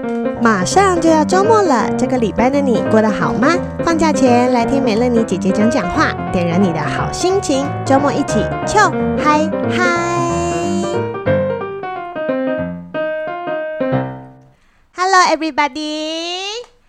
马上就要周末了，这个礼拜的你过得好吗？放假前来听美乐妮姐姐讲讲话，点燃你的好心情，周末一起Chill嗨嗨。Hello everybody,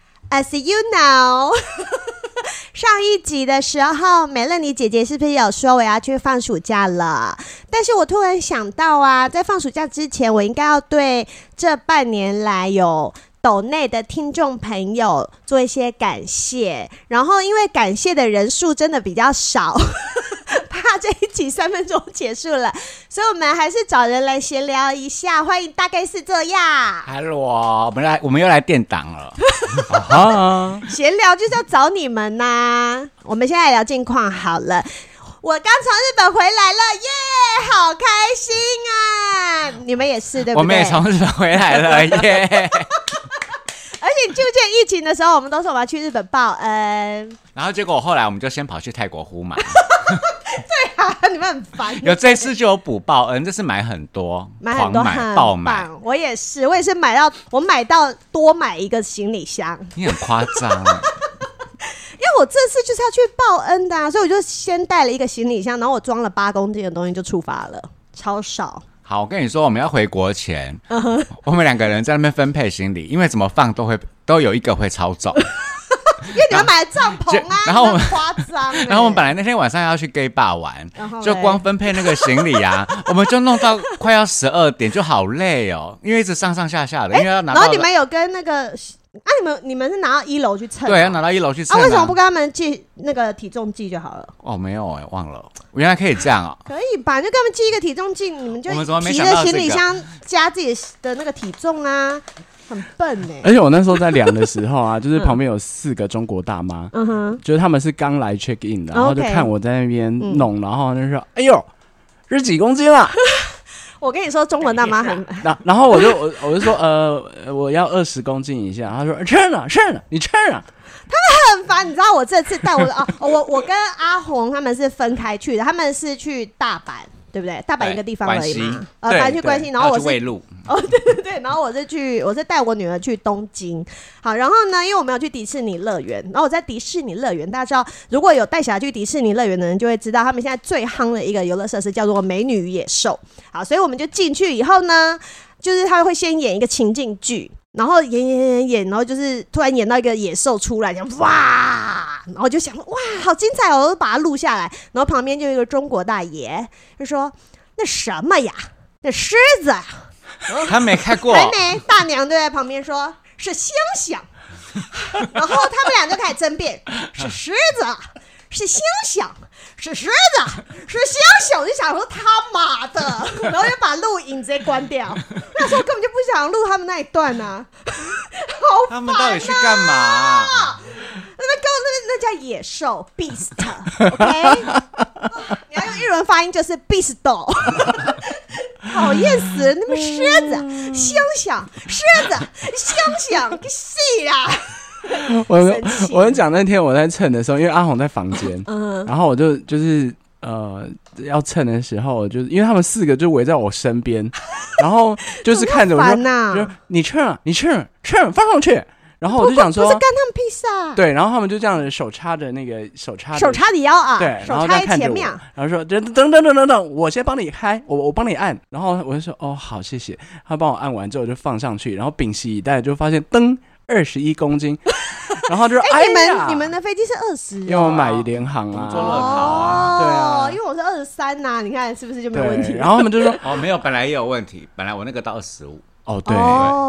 as you know 上一集的时候，美乐妮姐姐是不是有说我要去放暑假了？但是我突然想到啊，在放暑假之前，我应该要对这半年来有抖内的听众朋友做一些感谢，然后因为感谢的人数真的比较少怕这一集3分钟结束了，所以我们还是找人来闲聊一下，欢迎大概是这样。 Hello， 我们又来垫档了闲聊就是要找你们啊。我们现在来聊近况好了。我刚从日本回来了，耶，好开心啊！你们也是对不对？ 我们也从日本回来了，耶而且你记不记得疫情的时候，我们都说我们要去日本报恩， 然后结果后来我们就先跑去泰国呼买对啊，你们很烦。 有这次就有补报恩，这次买很多，狂买爆买。 我也是买到多买一个行李箱。 你很夸张因为我这次就是要去报恩的啊，所以我就先带了一个行李箱，然后我装了8公斤的东西就出发了，超少。 好，我跟你说，我们要回国前，我们2个人在那边分配行李，因为怎么放都有一个会超重。 因为你们买了帐篷啊， 然后我们夸张。 然后我们本来那天晚上要去 gay bar 玩，就光分配那个行李啊，我们就弄到快要12点，就好累哦，因为一直上上下下的，因为要拿到。 然后你们有跟那个你们是拿到1楼去称？ 对，要拿到1楼去称。 为什么不跟他们寄那个体重计就好了？ 哦，没有忘了，原来可以这样哦。 可以吧？就跟他们寄一个体重计，你们就提着行李箱加自己的那个体重啊。很笨欸。 而且我那时候在量的时候啊，就是旁边有4个中国大妈，就是他们是刚来 check in 的，然后就看我在那边弄，然后就说：“哎呦，这是几公斤啊？” 我跟你说，中国大妈很…… 然后我就说我要20公斤以下。他说称啊，你称啊。 他们很烦，你知道我这次带我跟阿红他们是分开去的，他们是去大阪。对不对？大阪一个地方而已嘛，反正去关西，然后我是卫路， 对，然后我是带我女儿去东京，好，然后呢，因为我们要去迪士尼乐园，然后我在迪士尼乐园，大家知道，如果有带小孩去迪士尼乐园的人就会知道，他们现在最夯的一个游乐设施叫做美女与野兽，好，所以我们就进去以后呢，就是他会先演一个情境剧。然后演，然后就是突然演到一个野兽出来，讲哇，然后就想哇，好精彩哦，我就把它录下来。然后旁边就有一个中国大爷，就说那什么呀，那狮子啊， 他没看过， 还没。大娘就在旁边说是猩猩，然后他们俩就开始争辩，是狮子，是猩猩。是狮子，是猩猩，我就想说他妈的，然后就把录影直接关掉。那时候根本就不想录他们那一段啊，好烦啊！ 他们到底去干嘛？ 那叫野兽 ，beast，OK？ 你要用日文发音就是 beast， 讨厌死了！那么狮子、猩猩、狮子、猩猩，个戏啦！ 我跟你讲，那天我在称的时候，因为阿红在房间，然后我就是要称的时候，就是因为他们4个就围在我身边，然后就是看着我说你称啊，你称放上去。然后我就想说， 不是干他们披萨， 对，然后他们就这样手插着那个手插着腰啊， 对， 手插在前面， 然后说等，我先帮你开，我帮你按，然后我就说哦好谢谢，他帮我按完之后就放上去，然后屏息以待，就发现噔21公斤，然后就你们的飞机是20， 因为我买联航啊， 做乐桃啊， 对啊， 因为我是23呐，你看是不是就没有问题？ 然后他们就说没有，本来也有问题，本来我那个到25。 哦，对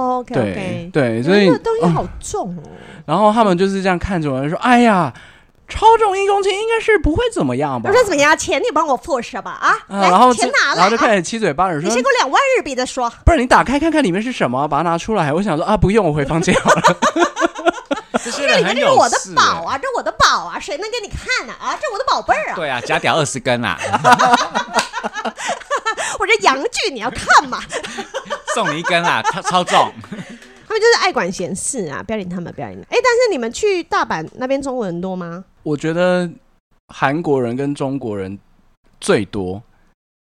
，OK， 对，所以那个东西好重哦。 然后他们就是这样看着我，就说：“哎呀，超重1公斤，应该是不会怎么样吧？” 我说：“怎么样？钱你帮我付是吧？啊，来， 然后钱拿来。” 然后就开始七嘴八舌说：“ 你先给我2万日币再说。” 不然你打开看看里面是什么，把它拿出来。我想说啊，不用，我回房间好了。 这里面是我的宝啊，这我的宝啊，谁能给你看呢？啊，这我的宝贝儿啊！ 对啊，假屌20根啊！ 我这洋剧你要看嘛？ 送你1根啊，超重。 他们就是爱管闲事啊，不要理他们，不要理他们。但是你们去大阪那边中国人多吗？ 我觉得韩国人跟中国人最多，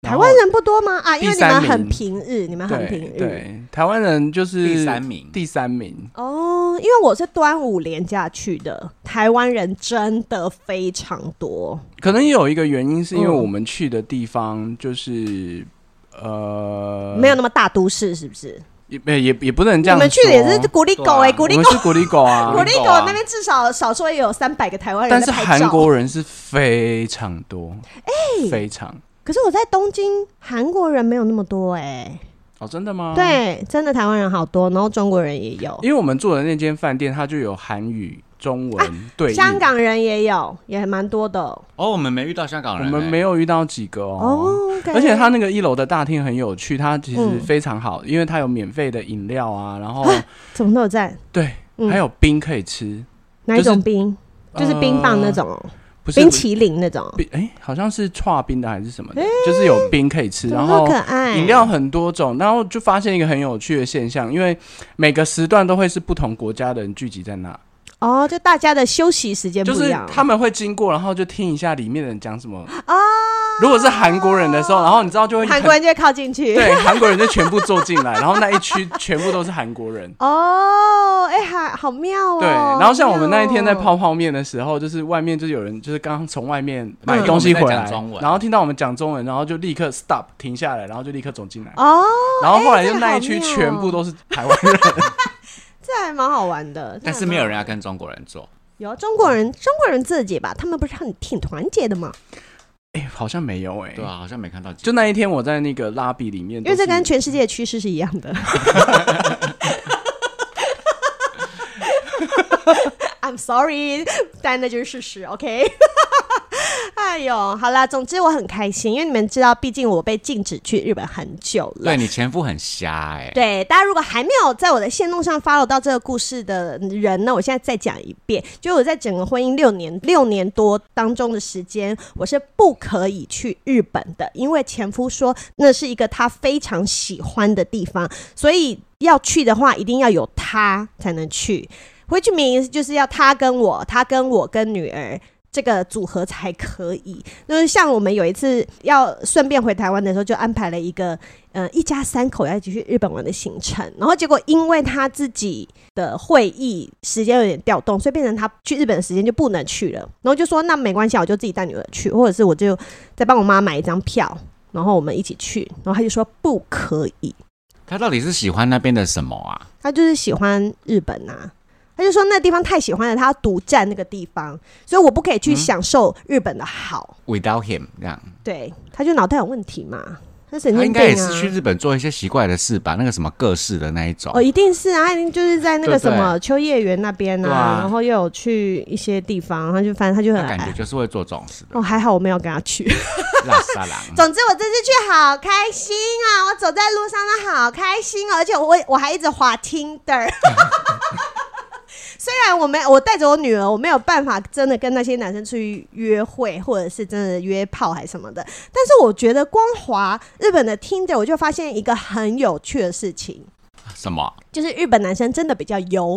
台湾人不多吗？因为你们很平日， 对，台湾人就是第三名哦。因为我是端午连假去的，台湾人真的非常多。 可能有一个原因是因为我们去的地方就是没有那么大都市，是不是？ 也不能这样说。 你们去的也是古里狗我们是古里狗啊， 古里狗那边至少少说也有300个台湾人在拍照。 但是韩国人是非常多，非常。 可是我在东京，韩国人没有那么多哦，真的吗？ 对，真的台湾人好多，然后中国人也有。 因为我们住的那间饭店，它就有韩语、中文对应， 香港人也有，也蛮多的。 哦，我们没遇到香港人， 我们没有遇到几个 okay。 而且它那个1楼的大厅很有趣，它其实非常好，因为它有免费的饮料啊，然后怎么都有在。 对，还有冰可以吃。 哪一种冰？就是冰棒那种。不是冰淇淋那种， 好像是剉冰的还是什么的，就是有冰可以吃，然后饮料很多种，然后就发现一个很有趣的现象，因为每个时段都会是不同国家的人聚集在那。 哦，就大家的休息时间不一样， 就是他们会经过，然后就听一下里面的人讲什么。如果是韩国人的时候，然后你知道就会韩国人就会靠进去， 对，韩国人就全部坐进来，然后那一区全部都是韩国人。 好妙哦。 对，然后像我们那一天在泡泡面的时候，就是外面就有人就是刚从外面买东西回来，然后听到我们讲中文，然后就立刻 stop 停下来，然后就立刻走进来。然后后来就那一区全部都是台湾人。 这还蛮好玩的， 但是没有人要跟中国人做。 有中国人自己吧，他们不是挺团结的吗？ 好像没有对啊，好像没看到。 就那一天我在那个拉比里面， 因为这跟全世界的趋势是一样的。I'm sorry， 但那就是事实。OK。哎呦，好啦，总之我很开心，因为你们知道，毕竟我被禁止去日本很久了。 对，你前夫很瞎对，大家如果还没有在我的线动上 follow 到这个故事的人呢，我现在再讲一遍，就我在整个婚姻6年多当中的时间，我是不可以去日本的，因为前夫说那是一个他非常喜欢的地方，所以要去的话，一定要有他才能去。回去名就是要他跟我跟女儿。这个组合才可以。就是像我们有一次要顺便回台湾的时候，就安排了一个一家3口要一起去日本玩的行程，然后结果因为他自己的会议时间有点调动，所以变成他去日本的时间就不能去了，然后就说那没关系，我就自己带女儿去，或者是我就再帮我妈买一张票，然后我们一起去，然后他就说不可以。 他到底是喜欢那边的什么啊？ 他就是喜欢日本啊，他就说那地方太喜欢了，他要独占那个地方，所以我不可以去享受日本的好。 Without him， 这样。 对，他就脑袋有问题嘛，他神经病啊。 他应该也是去日本做一些奇怪的事吧？那个什么各式的那一种。 一定是啊，他一定就是在那个什么秋叶原那边啊，然后又有去一些地方，反正他就很感觉就是会做这种事的。 还好我没有跟他去。 拉萨郎。 总之我这次去好开心啊！我走在路上都好开心而且我还一直滑 Tinder。虽然我带着我女儿，我没有办法真的跟那些男生出去约会，或者是真的约炮还什么的，但是我觉得光滑日本的 Tinder， 我就发现一个很有趣的事情。 什么？ 就是日本男生真的比较油。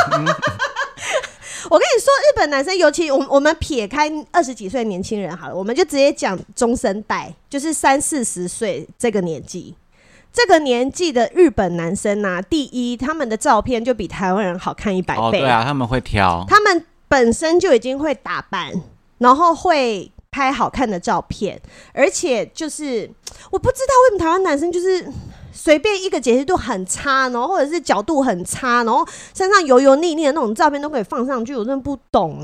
我跟你说，日本男生尤其我们撇开20几岁的年轻人好了，我们就直接讲中生代，就是30-40岁这个年纪。这个年纪的日本男生啊，第一，他们的照片就比台湾人好看100倍。 对啊，他们会挑， 他们本身就已经会打扮，然后会拍好看的照片，而且就是我不知道为什么台湾男生就是随便一个解析度很差，然后或者是角度很差，然后身上油油腻腻的那种照片都可以放上去，我真的不懂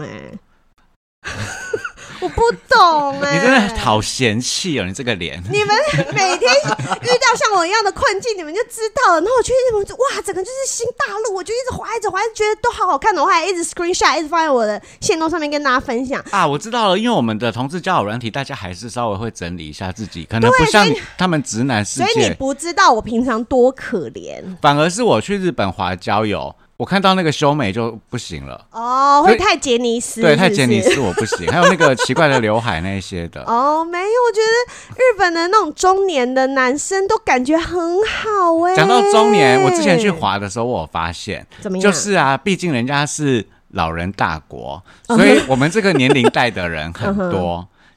我不懂你真的好嫌弃哦，你这个脸。 你们每天遇到像我一样的困境，你们就知道了。然后我去日本，哇，整个就是新大陆，我就一直滑，觉得都好好看的，我还一直 screenshot， 一直放在我的限动上面跟大家分享。 我知道了，因为我们的同志交友软体，大家还是稍微会整理一下自己，可能不像他们直男世界。 所以你不知道我平常多可怜。 反而是我去日本滑交友。我看到那个修美就不行了会太杰尼斯， 对，太杰尼斯我不行。还有那个奇怪的刘海那一些的没有，我觉得日本的那种中年的男生都感觉很好讲到中年，我之前去滑的时候，我有发现怎么样？ 就是毕竟人家是老人大国，所以我们这个年龄代的人很多。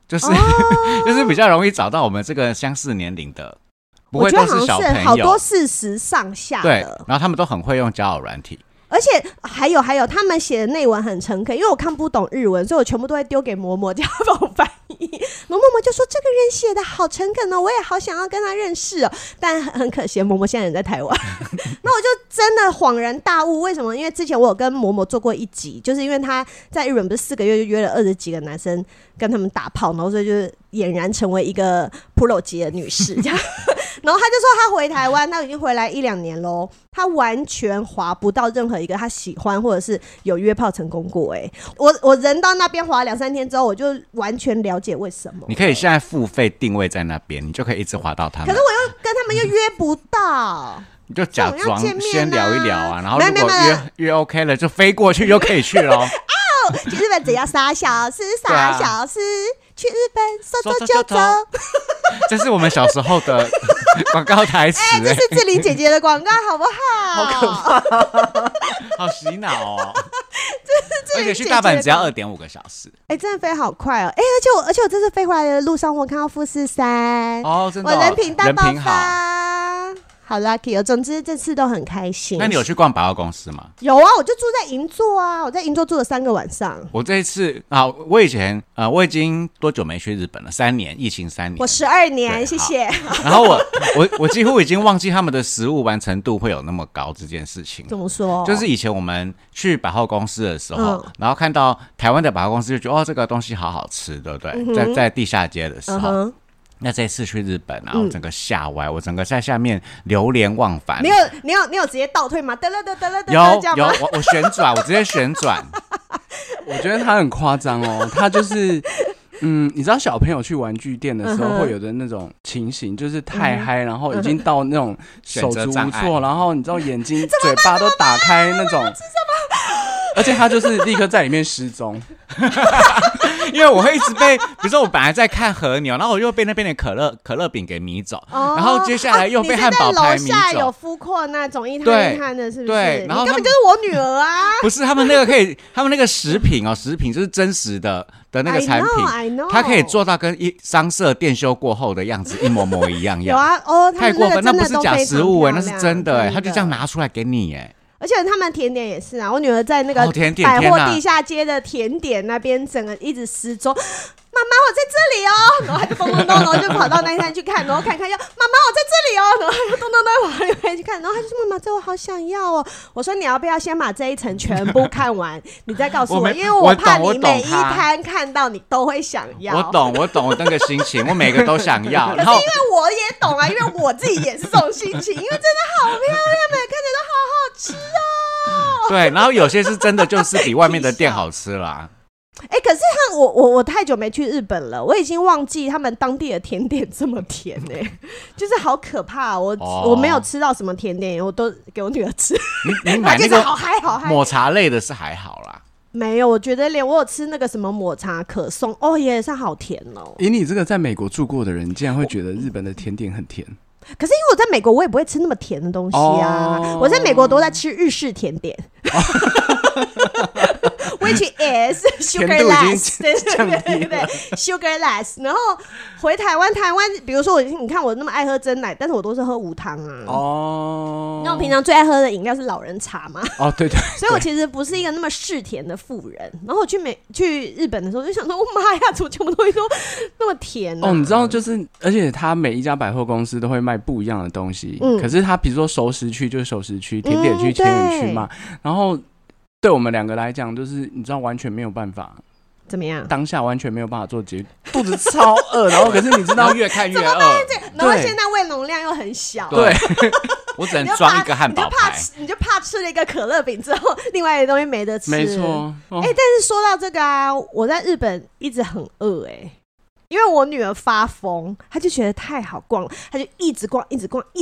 就是比较容易找到我们这个相似年龄的，不会都是小朋友， 好多40上下的， 对，然后他们都很会用交友软体。 而且还有，他们写的内文很诚恳，因为我看不懂日文，所以我全部都会丢给嬷嬷，叫他帮我翻译。然后嬷嬷就说：“这个人写的好诚恳哦，我也好想要跟他认识哦。”但很可惜，嬷嬷现在人在台湾。那我就真的恍然大悟，为什么？因为之前我有跟嬷嬷做过一集，就是因为他在日本不是4个月就约了20几个男生跟他们打炮，然后所以就是俨然成为一个 pro 级的女士这样。然后他就说他回台湾，他已经回来1-2年咯，他完全滑不到任何一个他喜欢或者是有约炮成功过。我人到那边滑2-3天之后，我就完全了解为什么。 你可以现在付费定位在那边，你就可以一直滑到他们。 可是我又跟他们又约不到。 你就假装先聊一聊啊，然后如果约 OK 了，就飞过去又可以去咯。 去日本只要3小时，3小时，去日本说走就走。 这是我们小时候的广告台词。 这是志玲姐姐的广告，好不好？ 好可怕， 好洗脑哦。而且去大阪只要2.5个小时。 真的飞好快哦。而且我这次飞回来的路上，我看到富士山。 真的我人品大爆发。好 lucky 哦！总之这次都很开心。 那你有去逛百货公司吗？ 有啊，我就住在银座啊，我在银座住了3个晚上。 我这一次我以前我已经多久没去日本了？3年，疫情3年。 我12年，谢谢。 然后我几乎已经忘记他们的食物完成度会有那么高这件事情。 怎么说？ 就是以前我们去百货公司的时候，然后看到台湾的百货公司，就觉得这个东西好好吃，对不对？在地下街的时候。那这次去日本啊，我整个吓歪，我整个在下面流连忘返。 你有直接倒退吗？ 有，我旋转，我直接旋转。 我觉得他很夸张哦，他就是你知道小朋友去玩具店的时候会有的那种情形，就是太嗨，然后已经到那种手足无措，然后你知道眼睛、嘴巴都打开那种。而且他就是立刻在里面失踪。 因为我会一直被，比如说我本来在看和牛，然后我又被那边的可乐饼给迷走，然后接下来又被汉堡排迷走。 你在楼下有food court那种一摊一摊的，是不是？ 对，然后你根本就是我女儿啊！ 不是，他们那个可以，他们那个食品就是真实的那个产品，它可以做到跟商社电修过后的样子一模一样。 有啊， 太过分，那不是假食物那是真的他就这样拿出来给你而且他们甜点也是啊，我女儿在那个百货地下街的甜点那边，整个一直失踪。妈妈，我在这里哦，然后她就咚咚咚，然后就跑到那一摊去看，然后看又妈妈我在这里哦，然后又咚咚咚跑到那边去看，然后她就说妈妈这我好想要哦。我说你要不要先把这一层全部看完，你再告诉我，因为我怕你每一摊看到你都会想要。 我懂我那个心情，我每个都想要。 可是因为我也懂啊，因为我自己也是这种心情，因为真的好漂亮，每个看起来都好好吃哦。 对，然后有些是真的就是比外面的店好吃啦。 可是我太久没去日本了，我已经忘记他们当地的甜点这么甜就是好可怕。我没有吃到什么甜点，我都给我女儿吃。 你买那个好嗨抹茶类的是还好啦。 没有，我觉得连我有吃那个什么抹茶可颂也是好甜哦。 以你这个在美国住过的人，竟然会觉得日本的甜点很甜？ 可是因为我在美国，我也不会吃那么甜的东西啊。我在美国都在吃日式甜点。Which is sugar less， 对 sugar less。然后回台湾，比如说你看我那么爱喝真奶，但是我都是喝无糖啊。那我平常最爱喝的饮料是老人茶嘛。 对。 所以我其实不是一个那么嗜甜的妇人。然后我去日本的时候，就想说，我妈呀，怎么全部东西都那么甜啊？ 你知道就是，而且他每一家百货公司都会卖不一样的东西。可是他比如说熟食区就是熟食区，甜点区甜点区嘛，然后。对我们2个来讲，就是你知道完全没有办法， 怎么样？ 当下完全没有办法做决定，肚子超饿，然后可是你知道越看越饿， 然后现在胃容量又很小， 对，我只能装一个汉堡排， 你就怕吃了一个可乐饼之后，另外的东西没得吃， 没错。 但是说到这个啊，我在日本一直很饿因为我女儿发疯，她就觉得太好逛了，她就一直逛，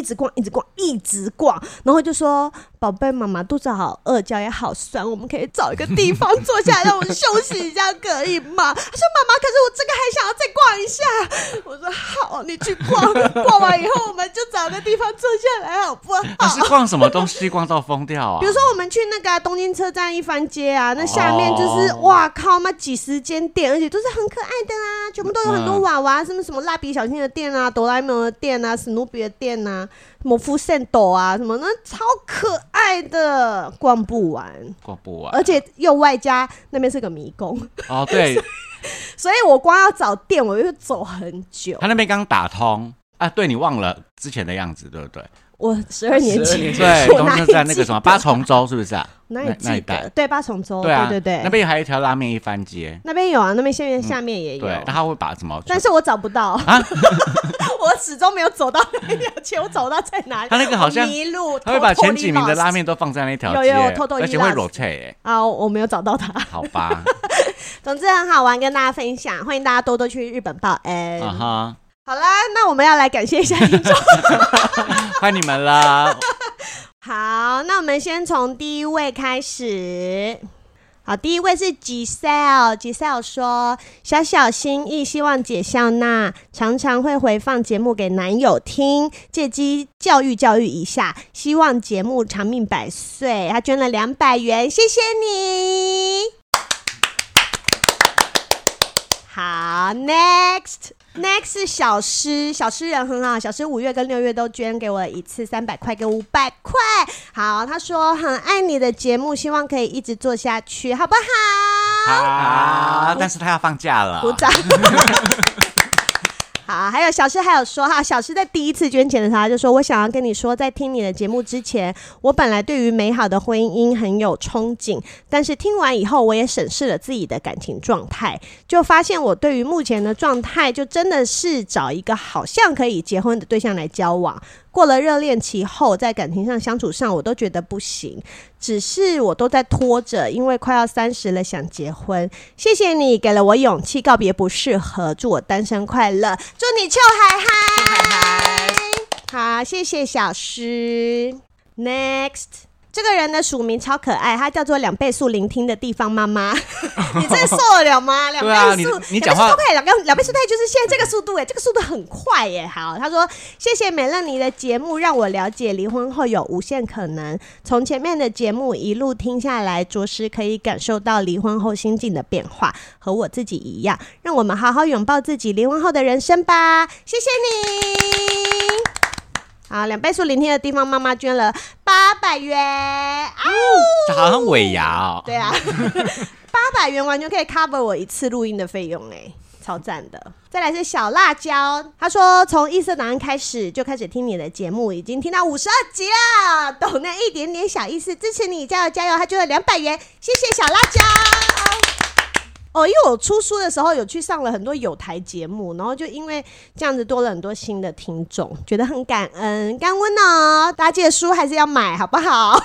然后就说：“宝贝，妈妈肚子好饿，脚也好酸，我们可以找一个地方坐下来让我们休息一下，可以吗？”她说：“妈妈，可是我这个还想要再逛一下。”我说：“好，你去逛，逛完以后我们就找个地方坐下来，好不好？” 你是逛什么东西逛到疯掉啊？ 比如说我们去那个东京车站一番街啊，那下面就是哇靠，几十间店，而且都是很可爱的啊，全部都有很多娃娃，什么蜡笔小新的店啊，哆啦 A 梦的店啊，史努比的店啊，魔夫圣斗啊，什么那超可爱的，逛不完，而且又外加那边是个迷宫哦，对， 所以我光要找店，我就走很久。 他那边刚打通啊，对，你忘了之前的样子，对不对？ 我12年前， 对，东正在那个什么八重洲，是不是啊？ 那一带，对，八重洲，对， 那边还有一条拉面一番街， 那边有啊，那边下面也有。 对，他会把什么？ 但是我找不到啊，我始终没有走到那条街，我找到在哪里？ 他那个好像迷路， 他会把前几名的拉面都放在那条街，而且会裸退啊，我没有找到他。 好吧， 总之很好玩，跟大家分享，欢迎大家多多去日本报恩。好啦，那我们要来感谢一下听众， 欢迎你们啦。 好，那我们先从第一位开始。好，第一位是 Giselle 说，小小心意，希望姐笑娜常常会回放节目给男友听，借机教育一下，希望节目长命百岁。他捐了200元，谢谢你。好 ，Next 是小诗人很好，小诗5月跟6月都捐给我一次300块跟500块。好，他说很爱你的节目，希望可以一直做下去，好不好？ 好，但是他要放假了， 鼓掌。好，还有小诗还有说哈，小诗在第一次捐钱的时候他就说，我想要跟你说，在听你的节目之前，我本来对于美好的婚姻很有憧憬，但是听完以后我也审视了自己的感情状态，就发现我对于目前的状态就真的是找一个好像可以结婚的对象来交往，过了热恋期后，在感情上相处上我都觉得不行，只是我都在拖着，因为快要30了想结婚。谢谢你给了我勇气告别不适合，祝我单身快乐，祝你秋海嗨。好，谢谢小诗。 Next， 这个人的署名超可爱，他叫做2倍速聆听的地方妈妈。你真的受得了吗？2倍速，你讲话2倍速太就是现在这个速度这个速度很快耶。好，他说谢谢美乐妮的节目，让我了解离婚后有无限可能。从前面的节目一路听下来，着实可以感受到离婚后心境的变化，和我自己一样。让我们好好拥抱自己离婚后的人生吧。谢谢你。好，2倍速聆听的地方妈妈捐了800元， 这好像尾牙哦。 对啊，800元完全可以 cover 我一次录音的费用超赞的。再来是小辣椒，他说从异色档案开始就开始听你的节目，已经听到52集了，抖那一点点小意思，支持你，加油加油！他捐了200元，谢谢小辣椒。因为我出书的时候有去上了很多有台节目，然后就因为这样子多了很多新的听众，觉得很感恩感恩哦。大家记得书还是要买好不好？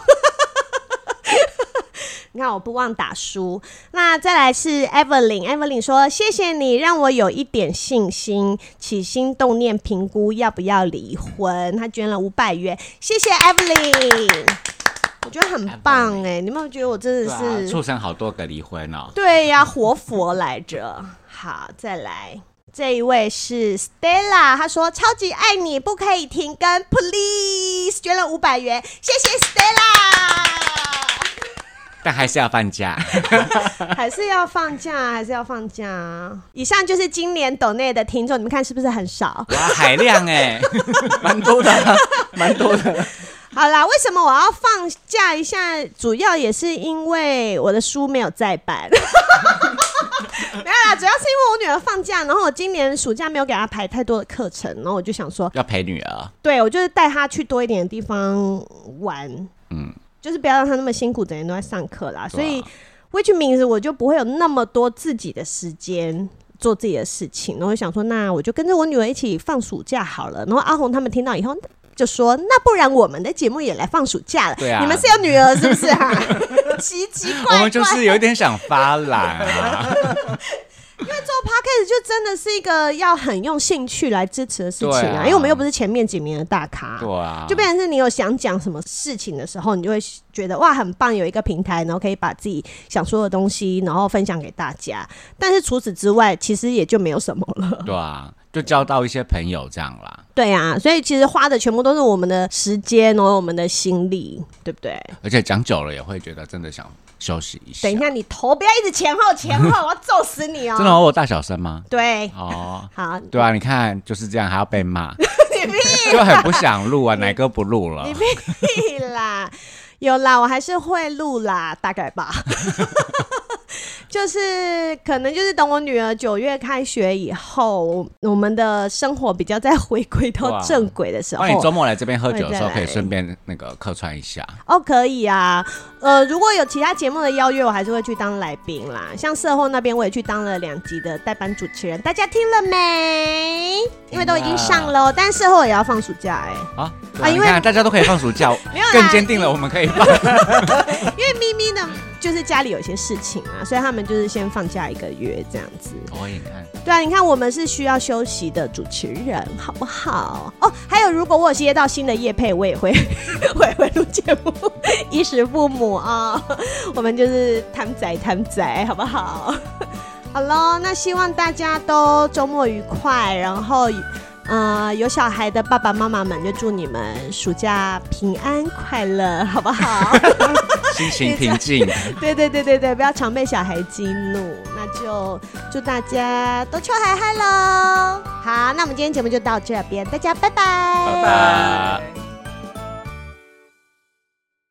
你看我不忘打书。那再来是 Evelyn 说，谢谢你让我有一点信心，起心动念评估要不要离婚。他捐了500元，谢谢 Evelyn，我觉得很棒你们有觉得我真的是促成好多个离婚哦？ 对呀，活佛来着。好，再来这一位是 Stella， 她说超级爱你，不可以停更 please， 捐了500元，谢谢 Stella。 但还是要放假还是要放假。以上就是今年抖内的听众，你们看是不是很少？ 哇，海量蛮多的蛮多的。 好啦，为什么我要放假一下？主要也是因为我的书没有再版。没有啦，主要是因为我女儿放假，然后我今年暑假没有给她排太多的课程，然后我就想说要陪女儿。 对，我就是带她去多一点的地方玩，就是不要让她那么辛苦整天都在上课啦，所以which means我就不会有那么多自己的时间做自己的事情，然后想说那我就跟着我女儿一起放暑假好了。然后阿红他们听到以后就说，那不然我们的节目也来放暑假了。 对啊， 你们是有女儿是不是奇奇怪怪， 我们就是有点想发懒因为做 podcast 就真的是一个要很用兴趣来支持的事情因为我们又不是前面几名的大咖， 对啊， 就变成是你有想讲什么事情的时候，你就会觉得哇很棒，有一个平台，然后可以把自己想说的东西然后分享给大家。但是除此之外其实也就没有什么了。 对啊， 就交到一些朋友这样啦。 对啊，所以其实花的全部都是我们的时间我们的心力，对不对？ 而且讲久了也会觉得真的想休息一下。 等一下，你头不要一直前后，我要揍死你哦！ 真的我有大小声吗？ 对， 哦， 好， 对啊，你看就是这样，还要被骂，就很不想录啊，奶哥不录了， 你屁啦，有啦，我还是会录啦，大概吧。就是可能就是等我女儿9月开学以后，我们的生活比较再回归到正轨的时候， 那你周末来这边喝酒的时候，可以顺便那个客串一下哦，可以啊。如果有其他节目的邀约，我还是会去当来宾啦。像社后那边，我也去当了2集的代班主持人，大家听了没？因为都已经上了，但社后也要放暑假因为大家都可以放暑假，更坚定了我们可以放。 因为咪咪呢，就是家里有一些事情啊，所以他们就是先放假1个月这样子。 你看， 对啊，你看我们是需要休息的主持人，好不好？哦，还有如果我有接到新的业配，我也会录节目，衣食父母啊，我们就是贪仔，好不好？好咯，那希望大家都周末愉快，然后有小孩的爸爸妈妈们就祝你们暑假平安快乐，好不好？ 心情平静。 对，不要常被小孩激怒。那就祝大家都秋嗨嗨喽！好，那我们今天节目就到这边，大家拜拜。 拜拜。